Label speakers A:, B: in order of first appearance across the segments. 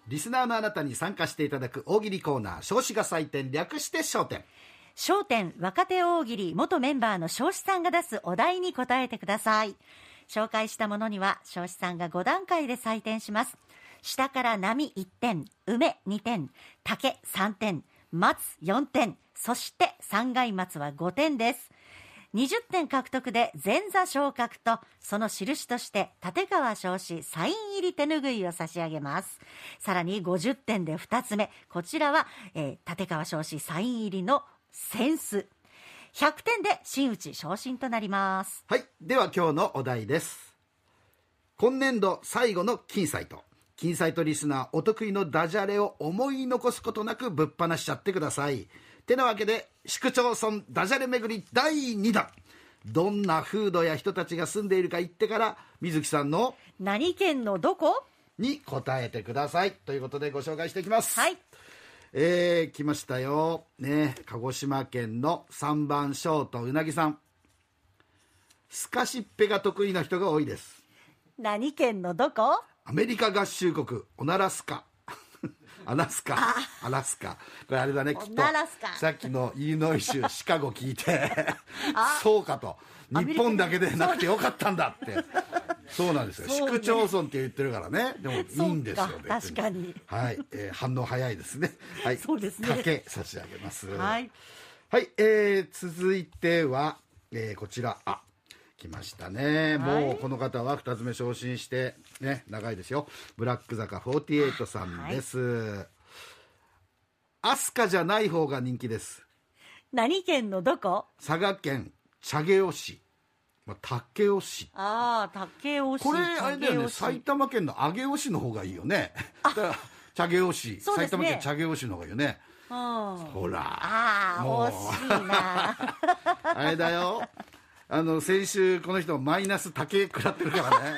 A: リスナーのあなたに参加していただく大喜利コーナー、少子が採点、略して笑点。
B: 笑点若手大喜利元メンバーの少子さんが出すお題に答えてください。紹介したものには少子さんが5段階で採点します。下から波1点、梅2点、竹3点、松4点、そして三階松は5点です。20点獲得で前座昇格と、その印として立川少子サイン入り手ぬぐいを差し上げます。さらに50点で2つ目、こちらは、立川少子サイン入りの扇子。100点で真打ち昇進となります。
A: はい、では今日のお題です。今年度最後の金サイトリスナーお得意のダジャレを思い残すことなくぶっ放しちゃってください。てなわけで、市区町村ダジャレ巡り第2弾。どんな風土や人たちが住んでいるか言ってから、水木さんの
B: 何県のどこ
A: に答えてくださいということでご紹介していきます。
B: はい、
A: 来ましたよ、ね、鹿児島県の3番ショートうなぎさん。スカシッペが得意な人が多いです。
B: 何県のどこ？
A: アメリカ合衆国オナラスカアラスカ。これあれだね、きっとさっきのイリノイ州シカゴ聞いてそうかと、日本だけでなくてよかったんだって。そうなんですよ、市区町村って言ってるからね。でもいいんですよ、別に。
B: 確かに、
A: はい、反応早いですね。はい、
B: そうですね、
A: 竹差し上げます。
B: はい、
A: はい、続いては、こちら、来ましたね、はい、もうこの方は2つ目昇進してね、長いですよ。ブラック坂48さんです。はい、アスカじゃない方が人気です。
B: 何県のどこ？
A: 佐賀県茶毛尾市、武雄市。
B: 武雄市。
A: これあれだよね、埼玉県の上尾市の方がいいよね。だから茶毛尾市、ね、埼玉県茶毛尾市の方がいいよね。ほら、
B: もう惜しいな
A: あれだよ、先週この人マイナス竹食らってるからね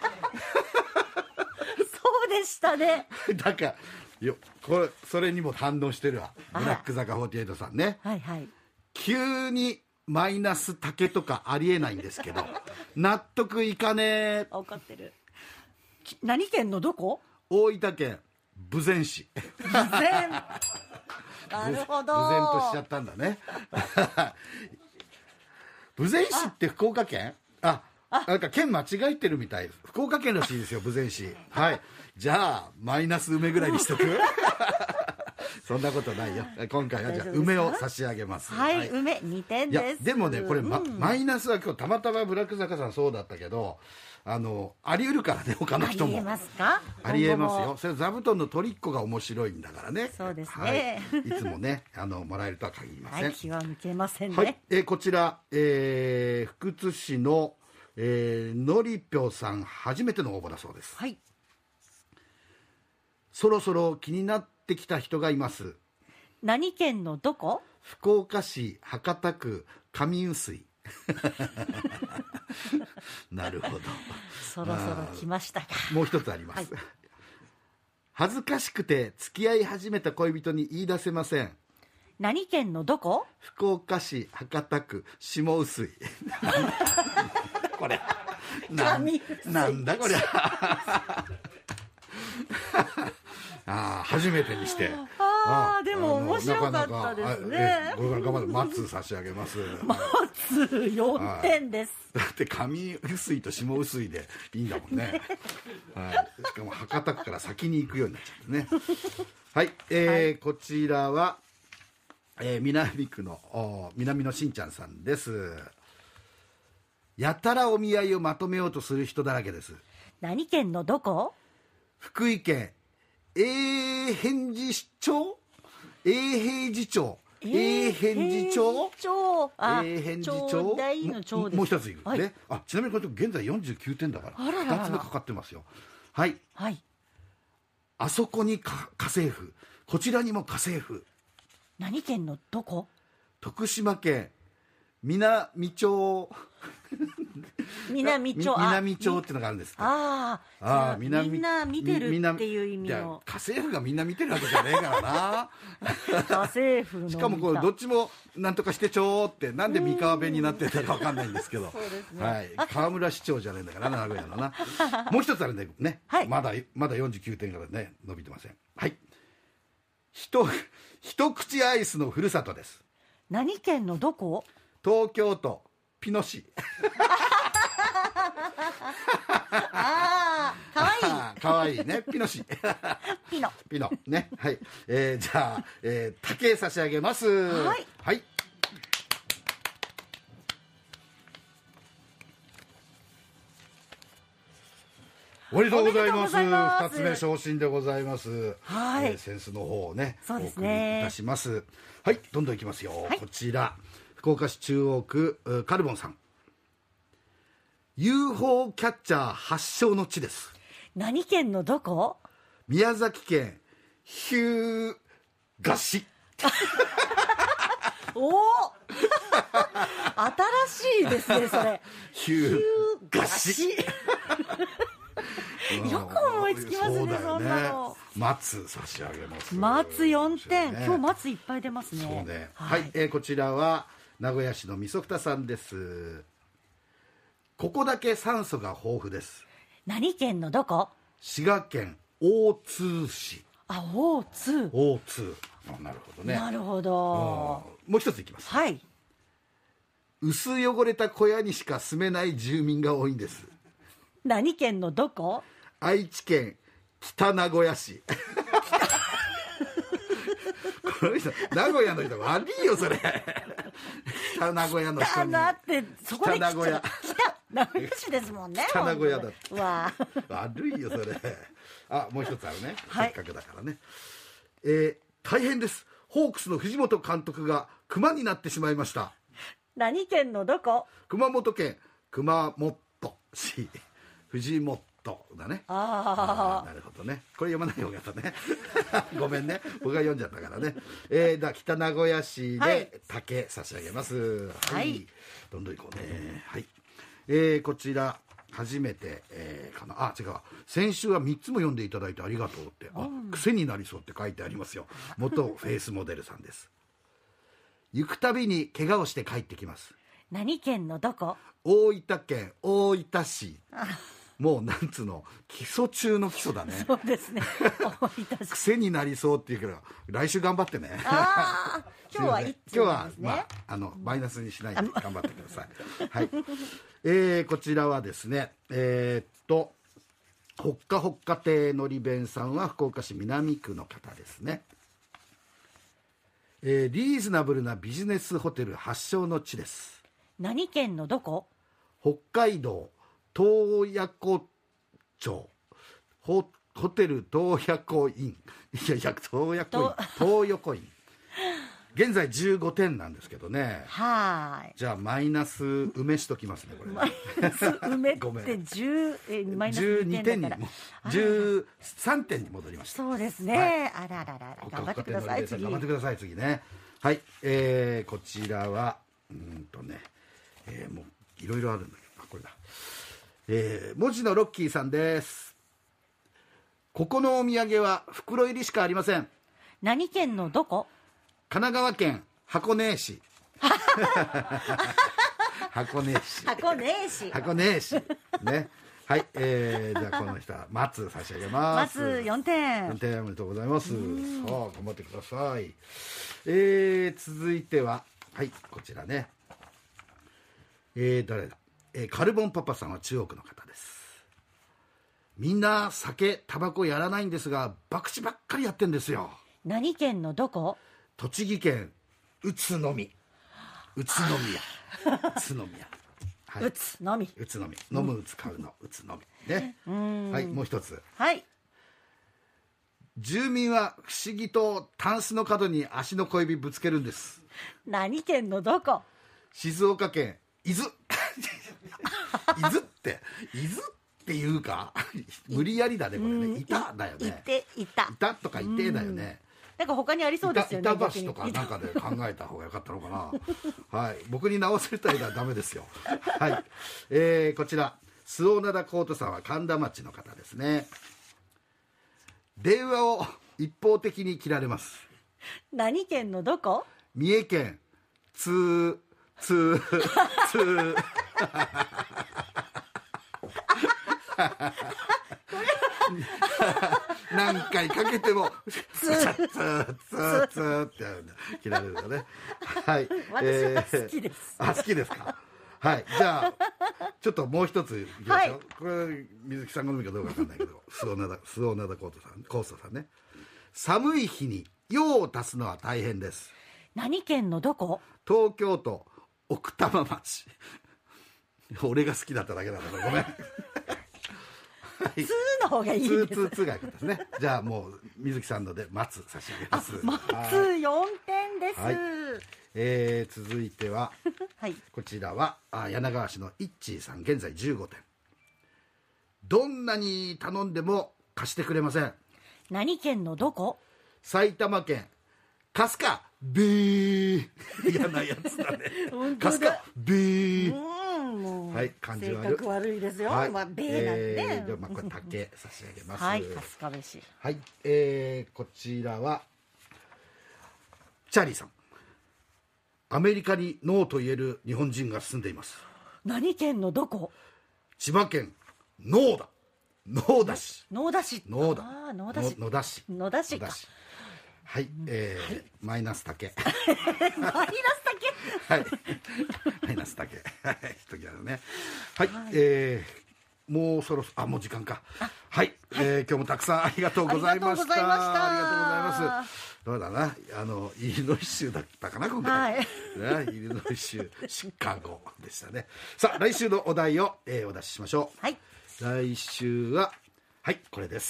B: そうでしたね。
A: だからそれにも反応してるわ、ブラック坂48さんね。
B: はいはい、
A: 急にマイナス竹とかありえないんですけど納得いかねえ。
B: 分かってる。何県のどこ？
A: 大分県豊前市。
B: なるほど、
A: 豊前としちゃったんだね豊前市って福岡県？なんか県間違えてるみたい。福岡県らしいですよ、豊前市。はい、じゃあマイナス梅ぐらいにしとくそんなことないよ。今回はじゃあ梅を差し上げます。
B: はい、梅2点です。
A: でもね、これ、マイナスは今日たまたまブラック坂さんそうだったけど、あり得るからね、他の人も。
B: ありえますか？
A: ありえますよ。それ座布団の取りっこが面白いんだからね。
B: そうですね、
A: はい、いつもねもらえるとは限りません。
B: はい、気は抜けませんね。
A: はい、こちら、福津市の、のりぴょうさん、初めての応募だそうです。
B: はい、
A: そろそろ気になってきた人がいます。
B: 何県のどこ？
A: 福岡市博多区上臼井なるほど、
B: そろそろ来ましたか。
A: もう一つあります、
B: はい、
A: 恥ずかしくて付き合い始めた恋人に言い出せません。
B: 何県のどこ？
A: 福岡市博多区下臼井これなんだこれ初めてにして。
B: でも面白かったですね。
A: これから頑張って松差し上げます。
B: 松4点です。
A: だって上臼井と下臼井でいいんだもんねしかも博多区から先に行くようになっちゃってねはい、こちらは、南区の南のしんちゃんさんです。やたらお見合いをまとめようとする人だらけです。
B: 何県のどこ？
A: 福井県永平寺町永平寺町永平寺町永平寺町もう一ついくね、ちなみにこれ現在49点だから2つ目かかってますよ。はい、
B: はい、
A: あそこに家政婦、こちらにも家政婦。
B: 何県のどこ？
A: 徳島県南町
B: 南町
A: 南町っていうのがあるんですって。
B: ああ、みんな見てるっていう意味
A: いや
B: の
A: 家政婦がみんな見てるわけじゃねえからな
B: 家政婦の
A: しかもこれどっちもなんとかしてちょーってなんで三河弁になってるか分かんないんですけど、
B: そうですね、
A: はい、河村市長じゃねえんだから名古屋のなもう一つあるんでね、
B: はい、
A: まだ49点からね伸びてません。はい、一口アイスのふるさとです。
B: 何県のどこ？
A: 東京都ピノ市
B: ああ、かわいい
A: かわいいね、ピノ市ピノね。はい、じゃあ、竹差し上げます。
B: はい、
A: はい、おめでとうございます。2つ目昇進でございます。
B: はい、
A: センスの方をね、
B: そうですね、
A: お送りいたします。はい、どんどんいきますよ。はい、こちら福岡市中央区カルボンさん、UFO キャッチャー発祥の地です。
B: 何県のどこ？
A: 宮崎県日向市
B: おお新しいですね、それ。
A: 日向市
B: よく思いつきますね、そんなの。
A: 松差し上げます。
B: 松4点、今日松いっぱい出ますね。
A: そうね。はい、こちらは名古屋市のみそふたさんです。ここだけ酸素が豊富です。
B: 何県のどこ？
A: 滋賀県大津市。
B: あ、大津。
A: 大津。なるほどね。
B: なるほど。
A: もう一ついきます。
B: はい。
A: 薄汚れた小屋にしか住めない住民が多いんです。
B: 何県のどこ？
A: 愛知県北名古屋市この人名古屋の人悪いよそれ北名古屋の人に
B: だってそこで
A: 北名古屋
B: 名古屋市ですもんね。
A: 北名古屋だって
B: わ
A: 悪いよそれ。あ、もう一つあるね、
B: はい、
A: せっかくだからね。大変です、ホークスの藤本監督が熊になってしまいました。
B: 何県のどこ？
A: 熊本県熊本市藤本だね。
B: あ
A: あ、なるほどね。これ読まない方がよかったねごめんね、僕が読んじゃったからね。北名古屋市で竹差し上げます。はい、どんどんいこうね。はい、こちら初めて、かなあ、違う、先週は3つも読んでいただいてありがとうって、癖になりそうって書いてありますよ。元フェイスモデルさんです行くたびに怪我をして帰ってきます。
B: 何県のどこ？
A: 大分県大分市もうなんつうの、基礎中の基礎だね。
B: そうですね
A: 癖になりそうっていうけど来週頑張ってね。
B: あ今日は一通なんですね。
A: 今日は、マイナスにしないで頑張ってくださいはい、こちらはですね、ほっかほっか亭のり弁さんは福岡市南区の方ですね。リーズナブルなビジネスホテル発祥の地です。
B: 何県のどこ？
A: 北海道洞爺湖町ホテル洞爺湖イン洞爺湖イン現在15点なんですけどね。
B: はい。
A: じゃあマイナス埋めしときますねこれね。
B: マイナス埋めって
A: ごめん
B: マイナス2点だから
A: 13点に戻りました。
B: そうですね、はい、あららら頑張ってください。
A: 次頑張ってください次ね。はい、こちらはもういろいろあるんだけど、これだ。文字のロッキーさんです。ここのお土産は袋入りしかありません。
B: 何県のどこ？
A: 神奈川県箱根市箱根市ね。はい、じゃあこの人は松差し上げます。
B: 松4点。
A: 4点おめでとうございます。さあ頑張ってください。続いてははいこちらね。誰だ。カルボンパパさんは中国の方です。みんな酒タバコやらないんですが博打ばっかりやってんですよ。
B: 何県のどこ？
A: 栃木県宇都宮宇都宮はい、宇都宮飲む使うの宇都宮ね。はい、もう一つ。
B: はい。
A: 住民は不思議とタンスの角に足の小指ぶつけるんです。
B: 何県のどこ？
A: 静岡県伊豆伊豆っていうか無理やりだねこれね。いただよね。
B: いた
A: とかいてだよね。
B: なんか他にありそうですよね。
A: 板橋とかなんかで考えた方が良かったのかなはい、僕に直せたらダメですよはい、こちら周防灘コートさんは神田町の方ですね。電話を一方的に切られます。
B: 何県のどこ？
A: 三重県つ何回かけてもツーってやるんだ、切られるんだね。はい、
B: 私は好きです、
A: 好きですか。はい、じゃあちょっともう一ついきましょう、これ水木さん好みかどうか分かんないけど周防灘コーストさんね。寒い日に用を足すのは大変です。
B: 何県のどこ？
A: 東京都奥多摩町俺が好きだっただけなんだ、ごめん
B: ツーの方がいいです。
A: ツーが良かったですね。じゃあもう水木さんので松差し上げます。
B: 松4点です。
A: はい、続いては、はい、こちらは柳川市のイッチーさん、現在15点。どんなに頼んでも貸してくれません。
B: 何県のどこ？
A: 埼玉県貸すかビー嫌なやつだね貸すかビー、はい、感じ悪い、
B: 性格悪いですよ、はい、まあ、ベーなんで、
A: じゃあこれ竹差し上げます。
B: はい、春日部市。
A: はい、こちらはチャーリーさん。アメリカにノーと言える日本人が住んでいます。
B: 何県のどこ？
A: 千葉県野田市。
B: 野田市。
A: 野田市。はい、マイナス竹
B: マイナス竹
A: はいマイナス竹一時あるね。はい、もうそろそろもう時間か。はい、今日もたくさんありがとうございました。ありがとうございます。どうだな、イリノイ州だったかな今回、はい、イリノイ州シカゴでしたね。さあ来週のお題を、お出ししましょう。
B: はい、
A: 来週ははいこれです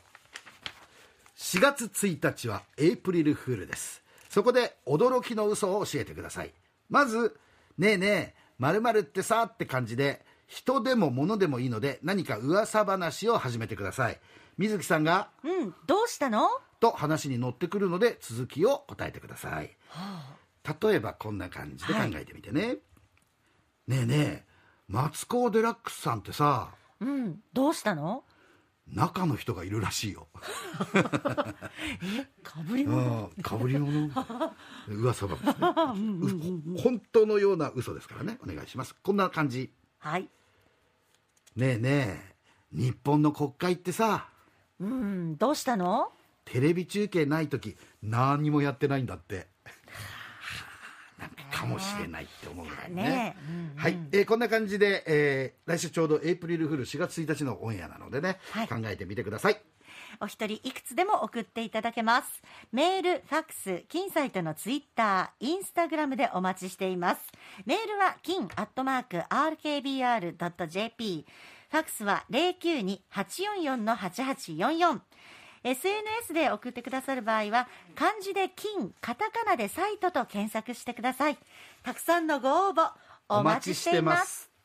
A: 。4月1日はエイプリルフールです。そこで驚きの嘘を教えてください。まずねえねえ〇〇ってさって感じで、人でも物でもいいので何か噂話を始めてください。水木さんが
B: どうしたの
A: と話に乗ってくるので続きを答えてください。例えばこんな感じで考えてみてね。ねえねえマツコ・デラックスさんってさ、
B: どうしたの？
A: 中の人がいるらしいよ
B: かぶり物
A: 噂話ね本当のような嘘ですからね。お願いします。こんな感じ。
B: はい。
A: ねえねえ日本の国会ってさ、
B: どうしたの？
A: テレビ中継ない時何にもやってないんだってなんかもしれないって思うんだよね。はい、こんな感じで、来週ちょうどエイプリルフール4月1日のオンエアなのでね、考えてみてください。
B: お一人いくつでも送っていただけます。メール、ファックス、金サイトのツイッター、インスタグラムでお待ちしています。メールは金@rkbr.jp、ファックスは 092-844-8844。SNS で送ってくださる場合は漢字で金、カタカナでサイトと検索してください。たくさんのご応募お待ちしています。